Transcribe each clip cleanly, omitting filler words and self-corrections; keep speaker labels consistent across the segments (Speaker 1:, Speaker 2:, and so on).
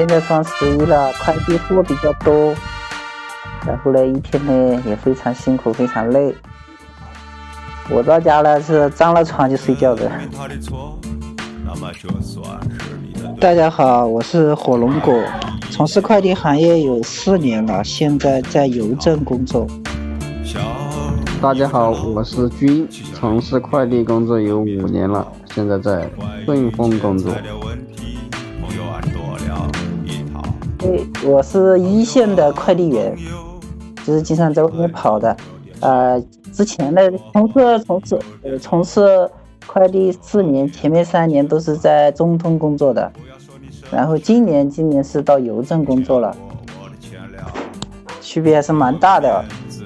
Speaker 1: 现在双11了，快递货比较多，然后呢，一天呢也非常辛苦，非常累。我到家呢是张了床就睡觉的。大家好，我是火龙果，从事快递行业有4年了，现在在邮政工作。
Speaker 2: 大家好，我是君，从事快递工作有5年了，现在在顺丰工作。
Speaker 1: 我是一线的快递员，就是经常在外面跑的。之前的从事快递4年，前面3年都是在中通工作的，然后今年是到邮政工作了，区别还是蛮大的。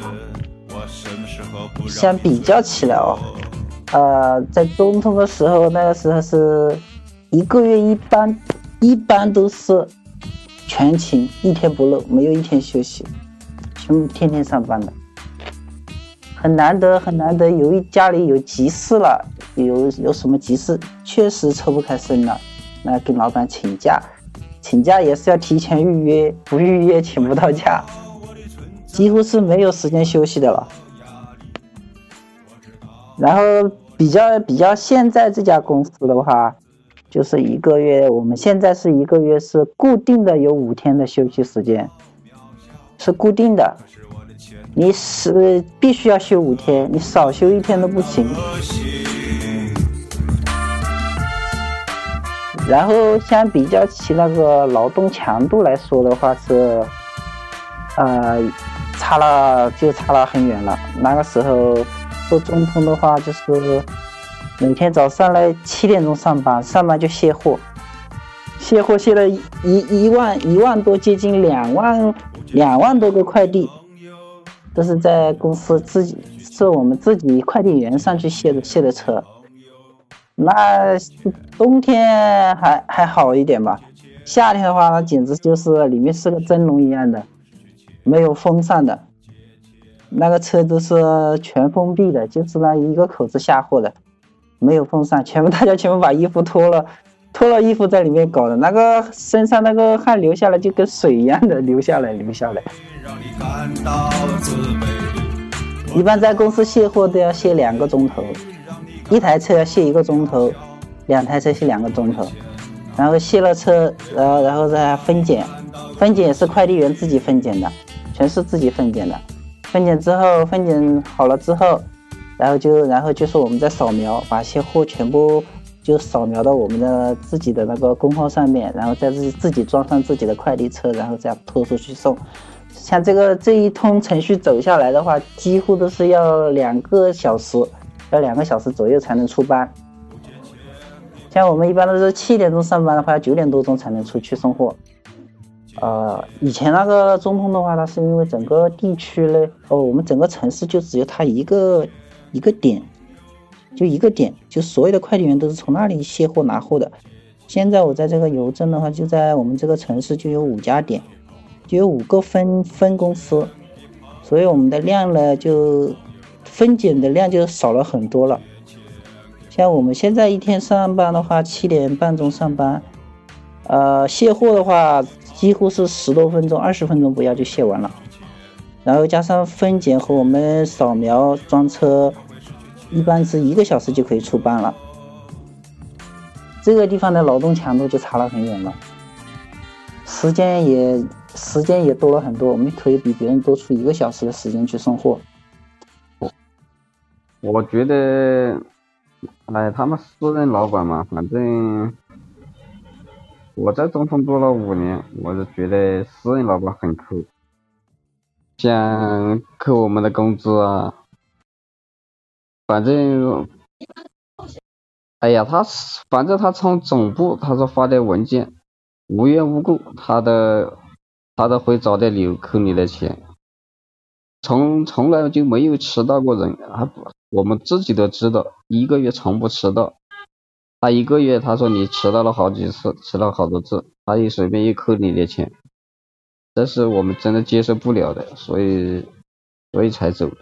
Speaker 1: 相比较起来在中通的时候，那个时候是1个月一般都是全勤，1天不漏，没有1天休息，全部天天上班的，很难得家里有急事了，有什么急事确实抽不开身了，那跟老板请假也是要提前预约，不预约请不到假，几乎是没有时间休息的了。然后比较现在这家公司的话，就是1个月，我们现在是1个月是固定的，有5天的休息时间，是固定的，你是必须要休5天，你少休1天都不行。然后相比较起那个劳动强度来说的话是，差了很远了。那个时候做中通的话，就是每天早上来7点钟上班就卸货卸了1万多，接近2万多个快递，都是在公司是我们自己快递员上去卸的车。那冬天还好一点吧，夏天的话那简直就是里面是个蒸笼一样的，没有风扇的，那个车都是全封闭的，就是那一个口子下货的，没有风扇，大家全部把衣服脱了衣服在里面搞的，那个身上那个汗流下来就跟水一样的流下来。一般在公司卸货都要卸2个钟头，1台车要卸1个钟头，2台车卸2个钟头，然后卸了车，然后再分拣也是快递员自己分拣的，全是自己分拣的。分拣好了之后，然后就是我们在扫描，把些货全部就扫描到我们的自己的那个工号上面，然后再自己装上自己的快递车，然后再拖出去送。像这一通程序走下来的话，几乎都是要2个小时左右才能出班。像我们一般都是7点钟上班的话，要9点多钟才能出去送货。以前那个中通的话，它是因为整个地区呢，我们整个城市就只有它一个点，就所有的快递员都是从那里卸货拿货的。现在我在这个邮政的话，就在我们这个城市就有5家点，就有5个分公司，所以我们的量呢就分拣的量就少了很多了。像我们现在一天上班的话，7点半钟上班，卸货的话几乎是10多分钟，20分钟不要就卸完了，然后加上分拣和我们扫描装车，一般是1个小时就可以出班了。这个地方的劳动强度就差了很远了，时间也多了很多，我们可以比别人多出1个小时的时间去送货。
Speaker 2: 我觉得他们私人老板嘛，反正我在中通做了5年，我就觉得私人老板很抠，像扣我们的工资啊，反正反正他从总部他说发的文件，无缘无故他都会找点理由扣你的钱，从来就没有迟到过人，我们自己都知道1个月从不迟到，他1个月他说你迟到了好几次，迟到好多次，他一随便一扣你的钱，这是我们真的接受不了的，所以才走的。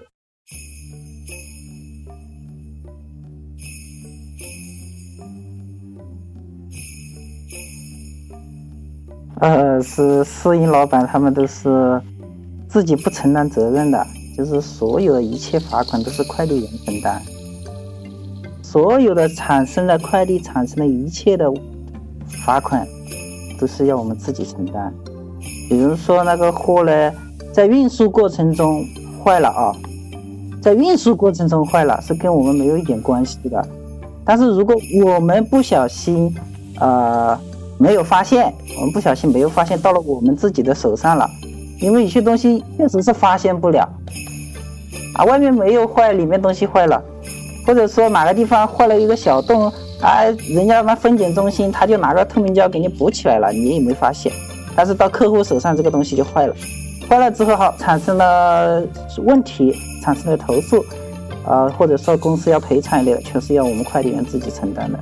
Speaker 1: 是私营老板，他们都是自己不承担责任的，就是所有的一切罚款都是快递员承担，所有的快递产生的一切的罚款都是要我们自己承担。比如说那个货呢，在运输过程中坏了啊，在运输过程中坏了是跟我们没有一点关系的，但是如果我们不小心没有发现到了我们自己的手上了，因为有些东西确实是发现不了啊，外面没有坏，里面东西坏了，或者说哪个地方坏了一个小洞啊，人家那分拣中心他就拿个透明胶给你补起来了，你也没发现，但是到客户手上这个东西就坏了，坏了之后产生了问题，产生了投诉或者说公司要赔偿一类的，全是要我们快递员自己承担的。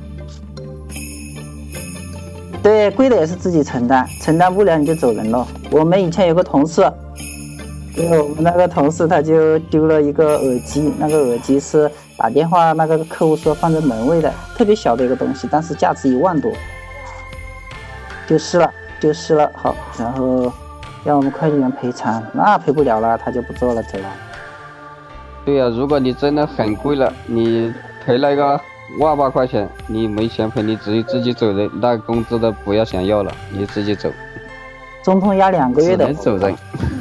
Speaker 1: 对，贵的也是自己承担，承担不了你就走人了。我们以前有个同事，我们那个同事他就丢了一个耳机，那个耳机是打电话那个客户说放在门卫的，特别小的一个东西，但是价值1万多，丢失了。好，然后要我们快递员赔偿，那赔不了了，他就不做了，走了。
Speaker 2: 对呀，如果你真的很贵了，你赔了一个万把块钱，你没钱赔，你自己走人，那工资都不要想要了，你自己走。
Speaker 1: 中通压2个月的，
Speaker 2: 只能走人。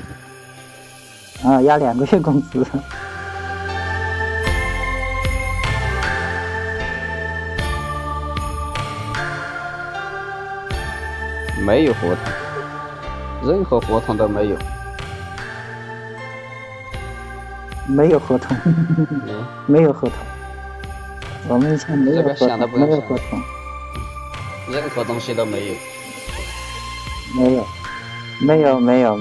Speaker 1: 压2个月工资。
Speaker 2: 没有合同，任何合同都没有。
Speaker 1: 没有合同，没有合同。我们以前没有合同，没有合同，
Speaker 2: 任何东西都没有。
Speaker 1: 没有。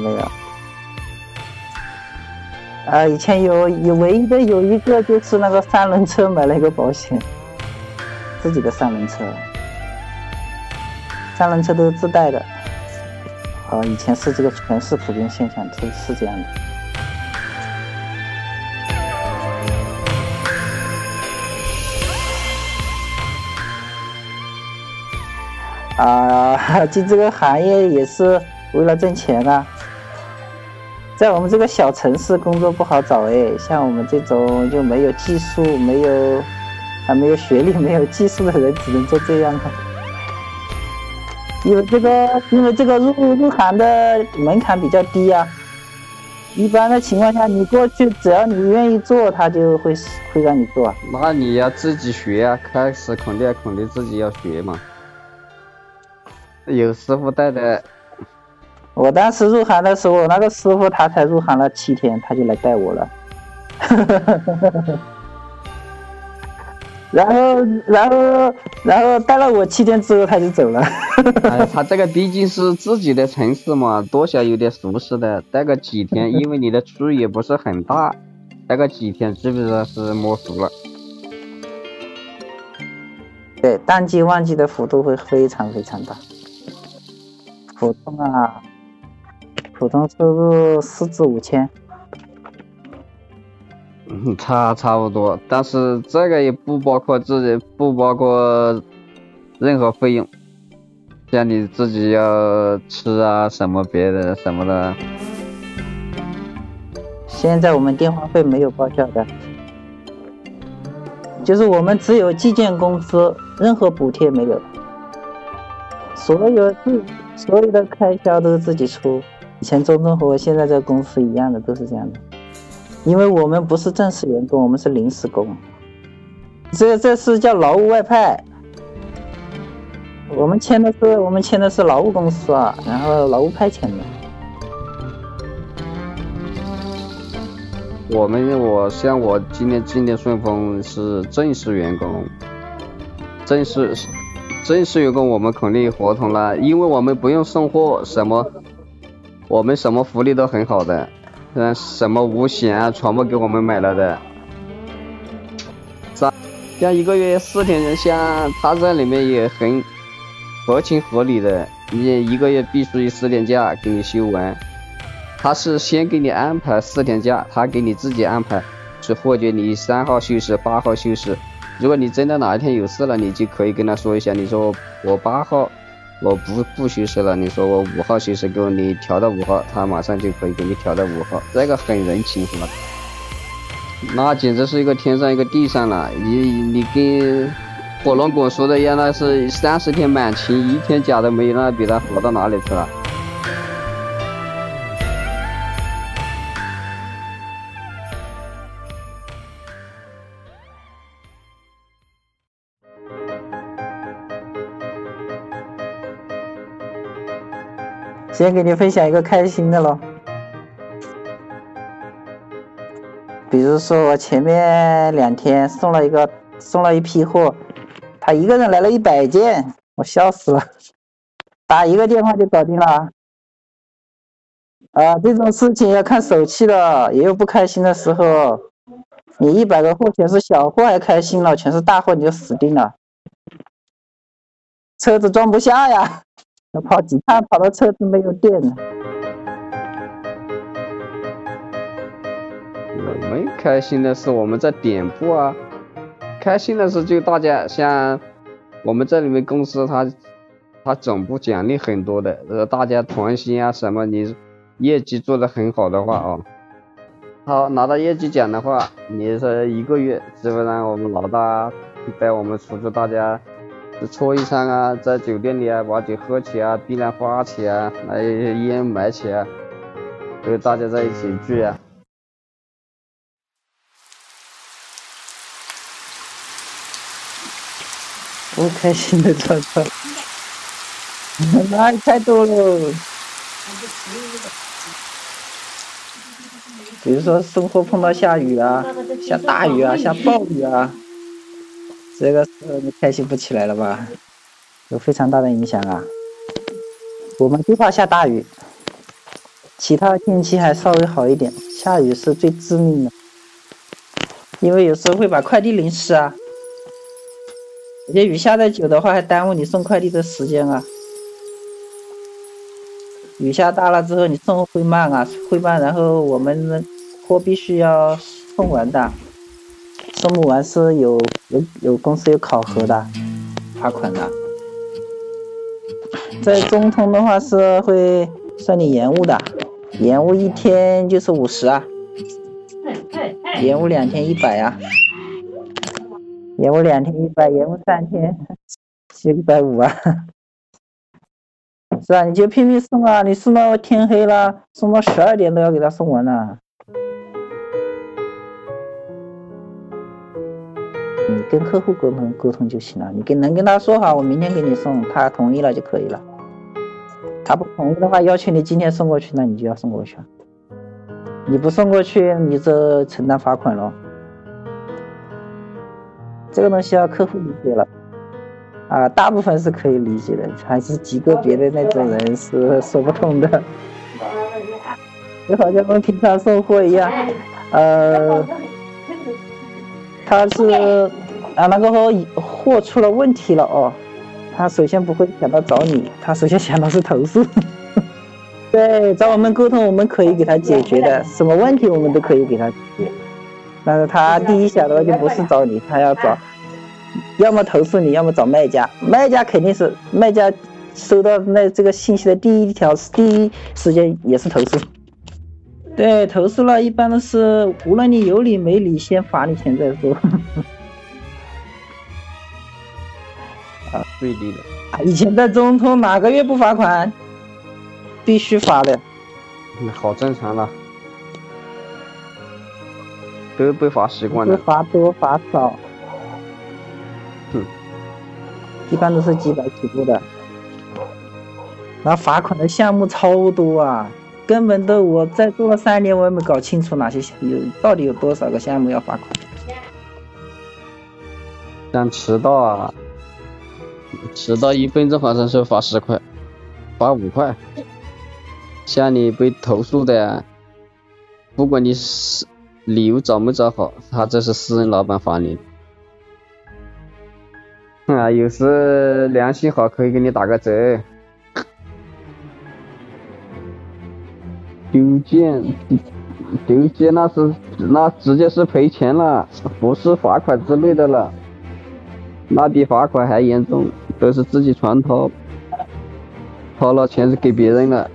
Speaker 1: 以前有唯一的有一个就是那个3轮车买了一个保险，自己的3轮车，3轮车都是自带的。以前是这个全市普遍现象，是这样的。进这个行业也是为了挣钱啊。在我们这个小城市工作不好找像我们这种就没有技术、没有学历、没有技术的人，只能做这样了。因为这个入行的门槛比较低啊。一般的情况下，你过去只要你愿意做，他就会让你做。
Speaker 2: 那你要自己学啊，开始肯定自己要学嘛。有师傅带的。
Speaker 1: 我当时入行的时候，那个师傅他才入行了7天，他就来带我了。然后带了我7天之后他就走了。
Speaker 2: 他这个毕竟是自己的城市嘛，多少有点熟悉的，带个几天，因为你的区域也不是很大，带个几天基本上是摸熟了。
Speaker 1: 对，淡季旺季的幅度会非常非常大。普通收入4至5千。
Speaker 2: 差不多，但是这个也不包括任何费用，像你自己要吃啊什么别的什么的。
Speaker 1: 现在我们电话费没有报销的，就是我们只有计件工资，任何补贴没有，所有的开销都是自己出。以前中通和我现在这个公司一样的，都是这样的。因为我们不是正式员工，我们是临时工，这是叫劳务外派。我们签的是劳务公司啊，然后劳务派遣的。
Speaker 2: 我今年顺丰是正式员工，正式员工我们肯定有合同了，因为我们不用送货我们什么福利都很好的。什么五险啊，全部给我们买了的。像1个月4天，像他这里面也很合情合理的，你1个月必须4天假给你休完。他是先给你安排4天假，他给你自己安排，是或者你3号休息，8号休息。如果你真的哪一天有事了，你就可以跟他说一下，你说我8号我不虚实了，你说我5号虚实给你调到5号，他马上就可以给你调到5号，这个很人情化，那简直是一个天上一个地上了。你跟火龙果说的一样，那是30天满勤，1天假的没有，那比他好到哪里去了？
Speaker 1: 先给你分享一个开心的咯，比如说我前面2天送了一批货，他一个人来了100件，我笑死了，打一个电话就搞定了。这种事情要看手气的，也有不开心的时候。你100个货全是小货还开心了，全是大货你就死定了，车子装不下呀。跑几趟跑到车子没有电了。
Speaker 2: 我们开心的是我们在点播啊，开心的是就大家像我们这里面公司它总部奖励很多的，大家团心啊什么，你业绩做得很好的话好拿到业绩奖的话，你是1个月基本上我们老大带我们出去，大家搓一餐啊，在酒店里啊把酒喝起啊，槟榔花起啊，烟买起啊，就大家在一起聚啊。
Speaker 1: 不开心的状态，那太多了。比如说生活碰到下雨啊，下大雨啊，下暴雨啊，这个时候你开心不起来了吧？有非常大的影响啊。我们就怕下大雨，其他天气还稍微好一点，下雨是最致命的，因为有时候会把快递淋湿啊。而且雨下的久的话，还耽误你送快递的时间啊。雨下大了之后，你送货会慢啊，然后我们货必须要送完的，送不完是有公司有考核的，罚款的。在中通的话是会算你延误的，延误1天就是50啊，延误2天100啊，延误2天100，延误3天就150啊。是啊，你就拼命送啊，你送到天黑了，送到12点都要给他送完了。你跟客户沟通就行了，你能跟他说好，我明天给你送，他同意了就可以了。他不同意的话，要求你今天送过去，那你就要送过去。你不送过去，你就承担罚款咯。这个东西要客户理解了。大部分是可以理解的，还是极个别的那种人是说不通的。就好像我们平常送货一样，他是那个货出了问题了他首先不会想到找你，他首先想到是投诉。对，找我们沟通，我们可以给他解决的，什么问题我们都可以给他解决。但是他第一想到就不是找你，他要找。要么投诉你，要么找卖家。卖家肯定是卖家收到这个信息的第一时间也是投诉。对，投诉了一般都是无论你有理没理，先罚你钱再说。
Speaker 2: 最低的。
Speaker 1: 以前在中通哪个月不罚款？必须罚的。
Speaker 2: 好正常了，都被罚习惯了。
Speaker 1: 罚多罚少。一般都是几百起步的，然后罚款的项目超多啊，根本都我在做了3年，我也没搞清楚哪些到底有多少个项目要罚款。
Speaker 2: 像迟到啊，迟到1分钟好像是罚10块，罚5块。像你被投诉的呀，不管你理由找没找好，他这是私人老板罚你。有时良心好可以给你打个折。丢件那直接是赔钱了，不是罚款之类的了，那比罚款还严重，都是自己船头。 掏了钱是给别人了。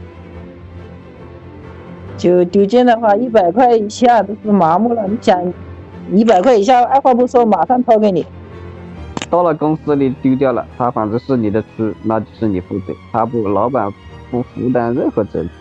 Speaker 1: 就丢件的话，100块以下都是麻木了。你想，100块以下，二话不说马上掏给你。
Speaker 2: 到了公司里丢掉了，他反正是你的吃，那就是你负责，老板不负担任何责任。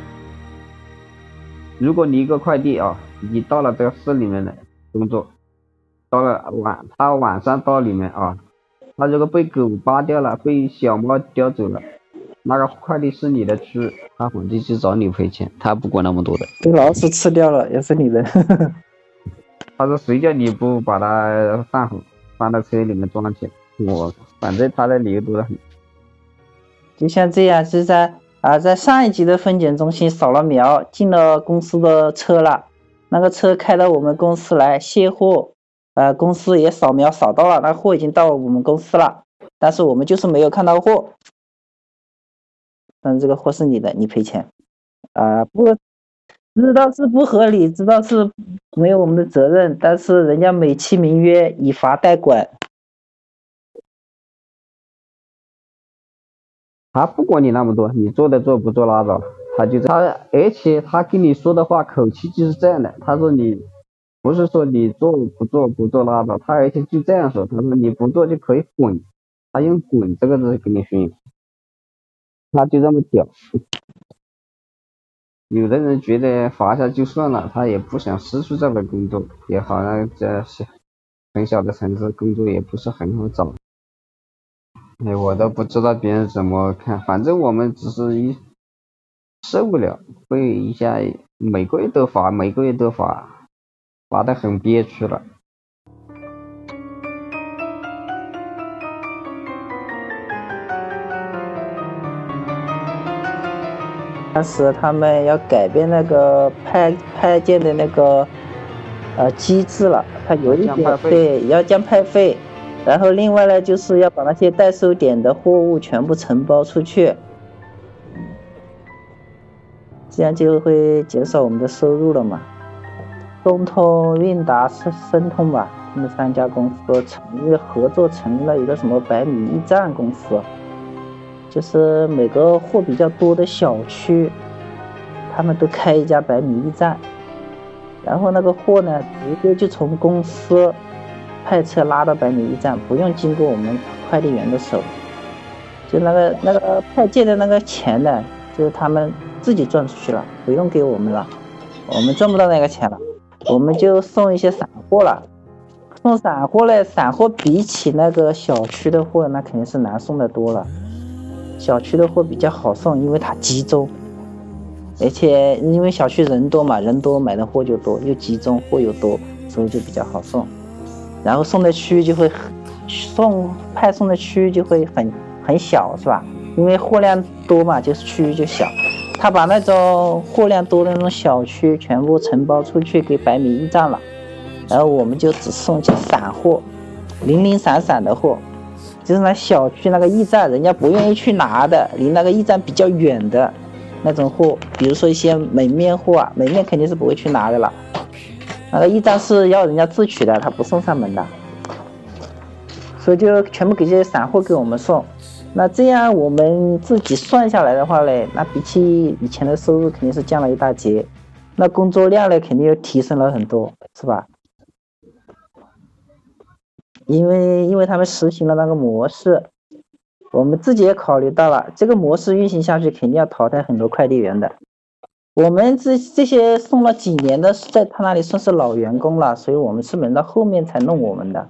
Speaker 2: 如果你一个快递啊，你到了这个市里面的工作，到了他晚上到里面啊，他如果被狗扒掉了，被小猫叼走了，那个快递是你的吃，他反正就找你赔钱，他不管那么多的。
Speaker 1: 被老鼠吃掉了也是你的。
Speaker 2: 他说谁叫你不把它放好，放到车里面装起来，反正他的理由多得很。
Speaker 1: 就像这样，是在上一级的分拣中心扫了描，进了公司的车了，那个车开到我们公司来卸货，公司也扫描扫到了，那货已经到我们公司了，但是我们就是没有看到货，但是这个货是你的，你赔钱。不知道是不合理，知道是没有我们的责任，但是人家美其名曰以罚代管。
Speaker 2: 他不管你那么多，你做的做，不做拉倒。而且他跟你说的话口气就是这样的，他说你不是说你做不做拉倒，他而且就这样说，他说你不做就可以滚，他用滚这个字给你形容，他就这么屌。有的人觉得罚下就算了，他也不想失去这份工作，也好像在很小的城市工作也不是很好找。我都不知道别人怎么看，反正我们只是受不了，被一下每个月都罚，罚得很憋屈了。
Speaker 1: 当时他们要改变那个派件的那个机制了，他有一点对要降派费。然后另外呢，就是要把那些代收点的货物全部承包出去，这样就会减少我们的收入了嘛。中通、韵达、申通吧，他们3家公司合作成立了一个什么100米驿站公司，就是每个货比较多的小区，他们都开一家100米驿站，然后那个货呢，直接就从公司派车拉到100米驿站，不用经过我们快递员的手，就那个派件的那个钱呢，就是他们自己赚出去了，不用给我们了，我们赚不到那个钱了，我们就送一些散货了。送散货呢，散货比起那个小区的货，那肯定是难送的多了。小区的货比较好送，因为它集中，而且因为小区人多嘛，人多买的货就多，又集中，货又多，所以就比较好送。然后送的区域就会派送的区域就会很小，是吧？因为货量多嘛，就是区域就小。他把那种货量多的那种小区全部承包出去给100米驿站了，然后我们就只送些散货，零零散散的货，就是那小区那个驿站人家不愿意去拿的，离那个驿站比较远的那种货，比如说一些门面货啊，门面肯定是不会去拿的了。那个驿站是要人家自取的，他不送上门的，所以就全部给这些散货给我们送。那这样我们自己算下来的话呢，那比起以前的收入肯定是降了一大截，那工作量呢肯定又提升了很多，是吧？因为他们实行了那个模式，我们自己也考虑到了，这个模式运行下去肯定要淘汰很多快递员的。我们这些送了几年的，在他那里算是老员工了，所以我们是轮到后面才弄我们的。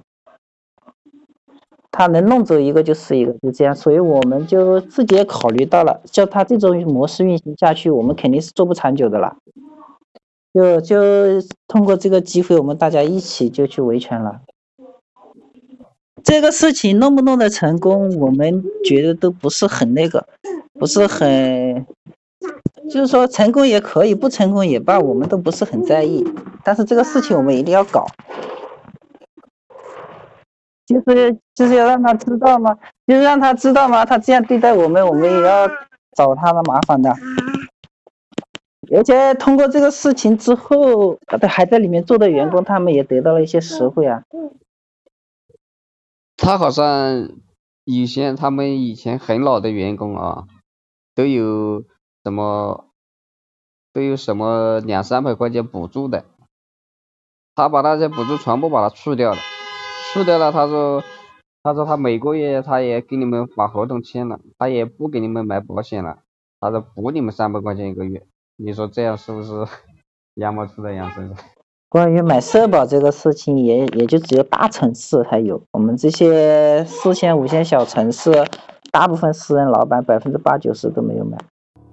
Speaker 1: 他能弄走一个就是一个，就这样，所以我们就自己也考虑到了，叫他这种模式运行下去，我们肯定是做不长久的了。就通过这个机会，我们大家一起就去维权了。这个事情弄不弄得成功，我们觉得都不是很不是很。就是说成功也可以，不成功也罢，我们都不是很在意。但是这个事情我们一定要搞，就是要让他知道嘛，就是让他知道嘛，他这样对待我们，我们也要找他的麻烦的。而且通过这个事情之后，还在里面做的员工，他们也得到了一些实惠啊。
Speaker 2: 他好像他们以前很老的员工啊， 都有什么200-300块钱补助的，他把那些补助全部把它去掉了，他说他每个月他也给你们把合同签了，他也不给你们买保险了，他说补你们300块钱一个月，你说这样是不是羊毛出在羊身上？
Speaker 1: 关于买社保这个事情也就只有大城市才有，我们这些4线5线小城市，大部分私人老板80%-90%都没有买。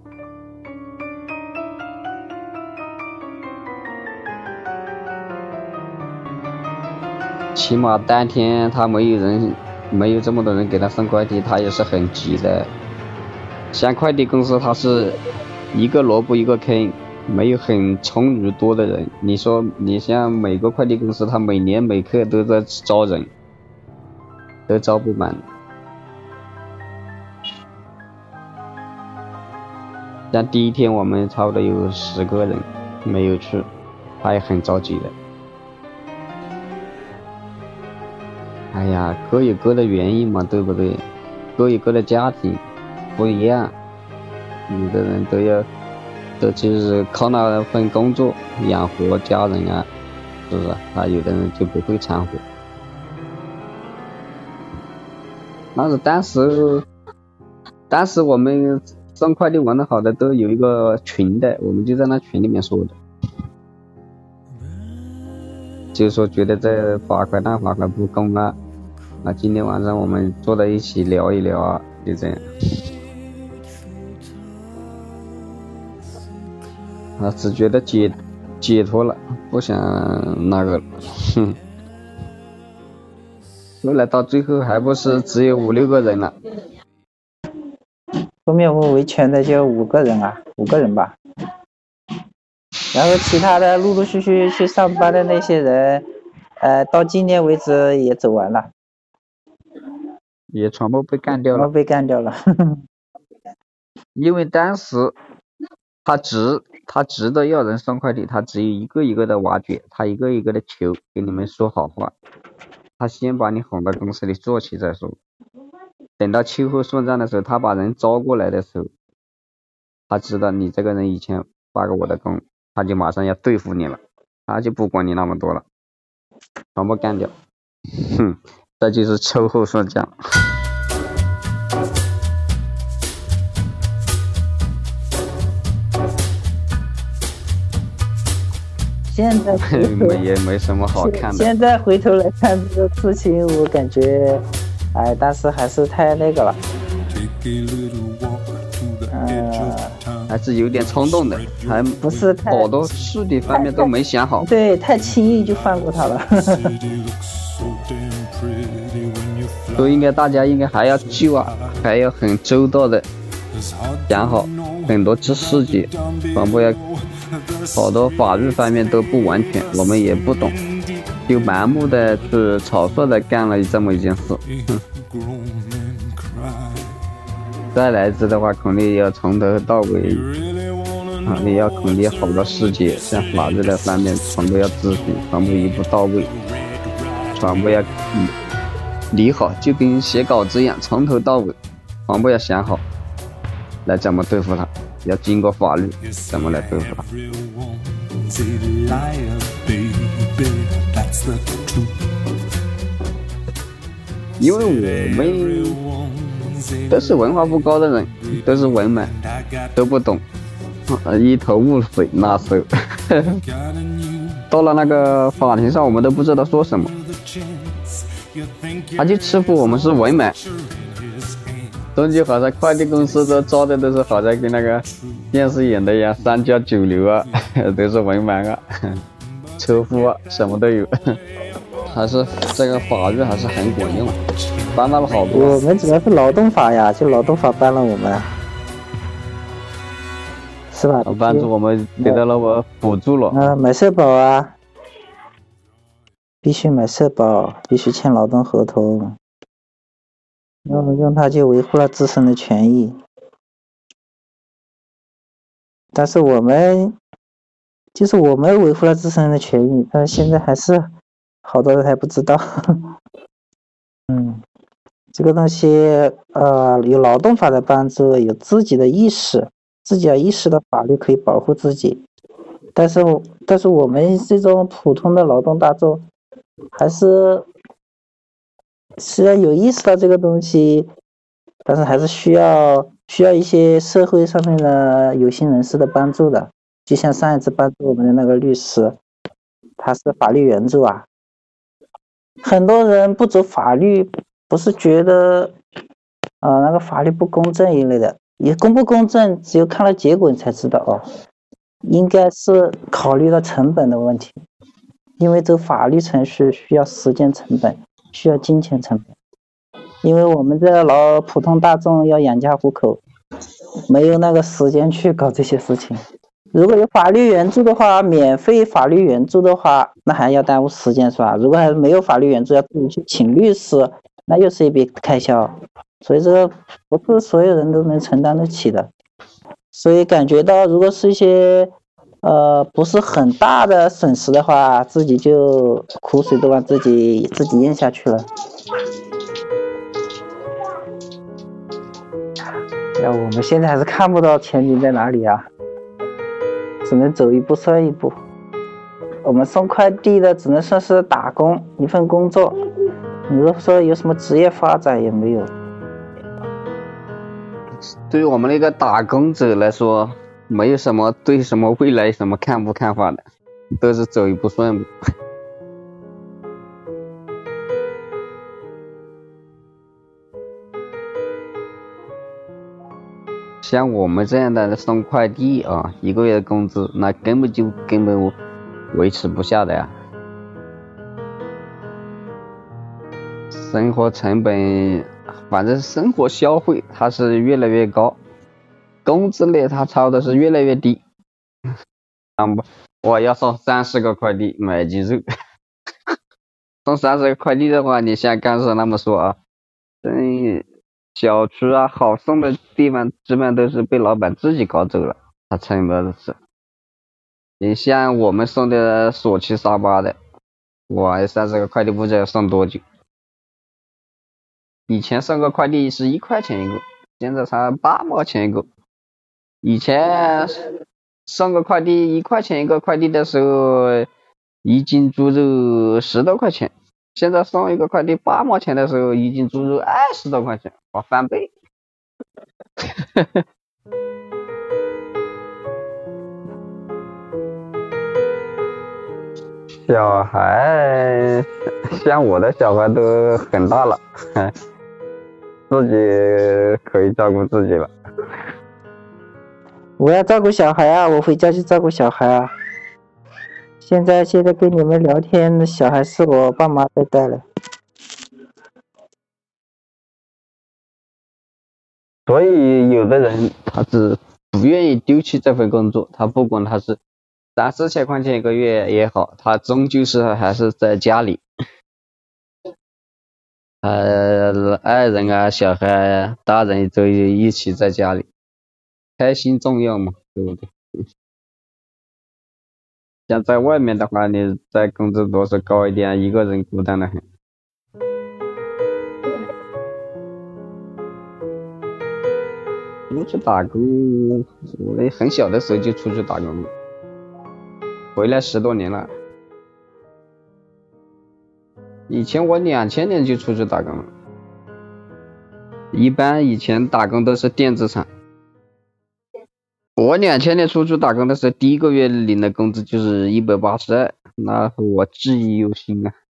Speaker 2: 起码当天他没有这么多人给他送快递，他也是很急的。像快递公司他是一个萝卜一个坑，没有很充裕多的人。你说你像每个快递公司，他每年每刻都在招人，都招不满。像第一天我们差不多有10个人没有去，他也很着急的。哎呀，各有各的原因嘛，对不对？各有各的家庭不一样，有的人都就是靠那份工作养活家人啊，是不是？有的人就不会掺和。但是当时我们送快递玩的好的都有一个群的，我们就在那群里面说的，就是说觉得这罚款那罚款不公啊，今天晚上我们坐在一起聊一聊啊，就这样。只觉得解脱了，不想那个了。后来到最后还不是只有5-6个人了。
Speaker 1: 后面我们维权的就5个人吧。然后其他的陆陆续续去上班的那些人，到今年为止也走完了，
Speaker 2: 也全部被干掉了。因为当时他值得要人送快递，他只有一个一个的挖掘，他一个一个的求给你们说好话，他先把你哄到公司里做起再说。等到秋后算账的时候，他把人招过来的时候，他知道你这个人以前发过我的工，他就马上要对付你了，他就不管你那么多了，全部干掉。这就是秋后算账。
Speaker 1: 现在
Speaker 2: 也没什么好看的。
Speaker 1: 现在回头来看这个事情，我感觉，但是还是太那个了，
Speaker 2: 还是有点冲动的，还
Speaker 1: 不是太
Speaker 2: 好多事的方面都没想好。
Speaker 1: 对，太轻易就放过他了。
Speaker 2: 所以大家应该还要救啊，还要很周到的想好很多细节，全部要好多法律方面都不完全，我们也不懂，就盲目的去草率的干了这么一件事。再来一次的话，肯定要从头到尾，你要肯定好多细节，像法律的方面全部要咨询，全部一步到位，全部要理好，就跟写稿子一样，从头到尾全部要想好来怎么对付他，要经过法律怎么来对付他。因为我们都是文化不高的人，都是文盲，都不懂，一头雾水。那时候到了那个法庭上，我们都不知道说什么，他就欺负我们是文盲，终究好像快递公司都招的都是好像跟那个电视演的一样，3教9流啊，都是文盲啊，车夫啊，什么都有。还是这个法律还是很管用，帮到了好多。
Speaker 1: 我们主要是劳动法呀，就劳动法帮了我们，是吧？
Speaker 2: 帮助我们得到了我补助了。
Speaker 1: 买社保啊，必须买社保，必须签劳动合同，用它就维护了自身的权益。但是我们维护了自身的权益，但是现在还是好多人还不知道。 这个东西有劳动法的帮助，有自己的意识，自己要意识到法律可以保护自己。但是我们这种普通的劳动大众，还是要有意识到这个东西，但是还是需要一些社会上面的有心人士的帮助的。就像上一次帮助我们的那个律师，他是法律援助啊。很多人不走法律，不是觉得那个法律不公正一类的，也公不公正，只有看了结果你才知道哦。应该是考虑到成本的问题，因为走法律程序需要时间成本，需要金钱成本。因为我们这普通大众要养家糊口，没有那个时间去搞这些事情。如果有法律援助的话，免费法律援助的话，那还要耽误时间是吧？如果还没有法律援助，要自己去请律师，那又是一笔开销。所以这个不是所有人都能承担得起的。所以感觉到，如果是一些不是很大的损失的话，自己就苦水都让自己咽下去了。我们现在还是看不到前景在哪里啊，只能走一步算一步。我们送快递的只能算是打工，一份工作。你如果说有什么职业发展也没有。
Speaker 2: 对于我们那个打工者来说，没有什么对什么未来什么看不看法的，都是走一步算一步。像我们这样的送快递啊，一个月的工资那根本维持不下的呀。生活成本，反正生活消费它是越来越高，工资呢它超的是越来越低。我要送30个快递买斤肉，送30个快递的话，你像刚才那么说啊，小区啊好送的地方基本上都是被老板自己搞走了，他成本是。你像我们送的索七沙巴的，哇，30个快递不知道要送多久。以前送个快递是1块钱一个，现在才8毛钱一个。以前送个快递1块钱一个快递的时候，一斤猪肉10多块钱。现在送一个快递8毛钱的时候，一斤猪肉20多块钱，哇，翻倍。小孩，像我的小孩都很大了，自己可以照顾自己了。
Speaker 1: 我要照顾小孩啊，我回家去照顾小孩啊。现在跟你们聊天，小孩是我爸妈在带了。
Speaker 2: 所以有的人他是不愿意丢弃这份工作，他不管他是3-4千块钱一个月也好，他终究是还是在家里，爱人啊小孩啊大人都一起在家里，开心重要嘛，对不对？像在外面的话，你在工资多少高一点，一个人孤单的很。出去打工，我很小的时候就出去打工了，回来10多年了。以前我2000年就出去打工了，一般以前打工都是电子厂。我2000年出去打工的时候，第一个月领的工资就是182，那我记忆犹新啊。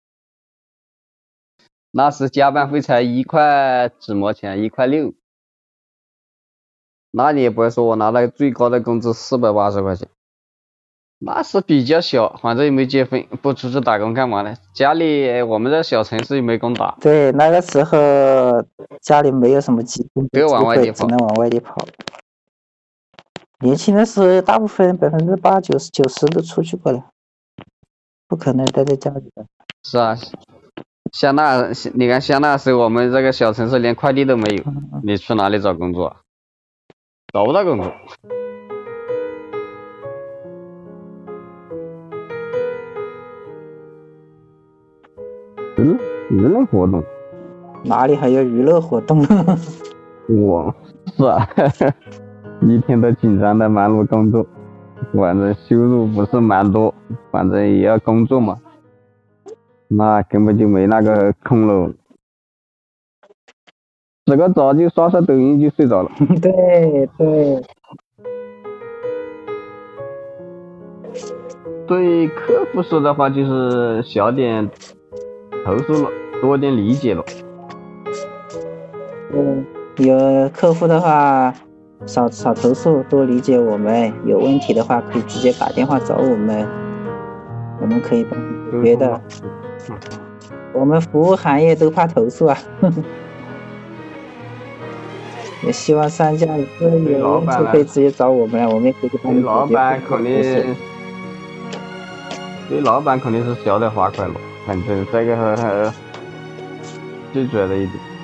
Speaker 2: 那时加班费才1块几毛钱，1块6。那你也不会说我拿了最高的工资480块钱，那是比较小，反正也没结婚，不出去打工干嘛呢？家里我们这小城市又没工打。
Speaker 1: 对，那个时候家里没有什么机会，只能往外地跑。年轻的时候，大部分80%、90%都出去过了，不可能待在家里的。
Speaker 2: 是啊，你看像那时候我们这个小城市连快递都没有，你去哪里找工作？找不到工作。娱乐活动，
Speaker 1: 哪里还有娱乐活动？
Speaker 2: 我是啊，一天都紧张的忙碌工作，反正收入不是蛮多，反正也要工作嘛，那根本就没那个空了。洗个澡就刷刷抖音就睡着了。
Speaker 1: 对对。
Speaker 2: 对客户说的话就是少点投诉了，多点理解了。
Speaker 1: 有客户的话少投诉，多理解我们，有问题的话可以直接打电话找我们，我们可以帮你解决的。我们服务行业都怕投诉啊。也希望商家有问题可以直接找我们，我们也可以帮你解决。
Speaker 2: 老板肯定，对老板肯定是晓得花快了，反正这个最主要的一点。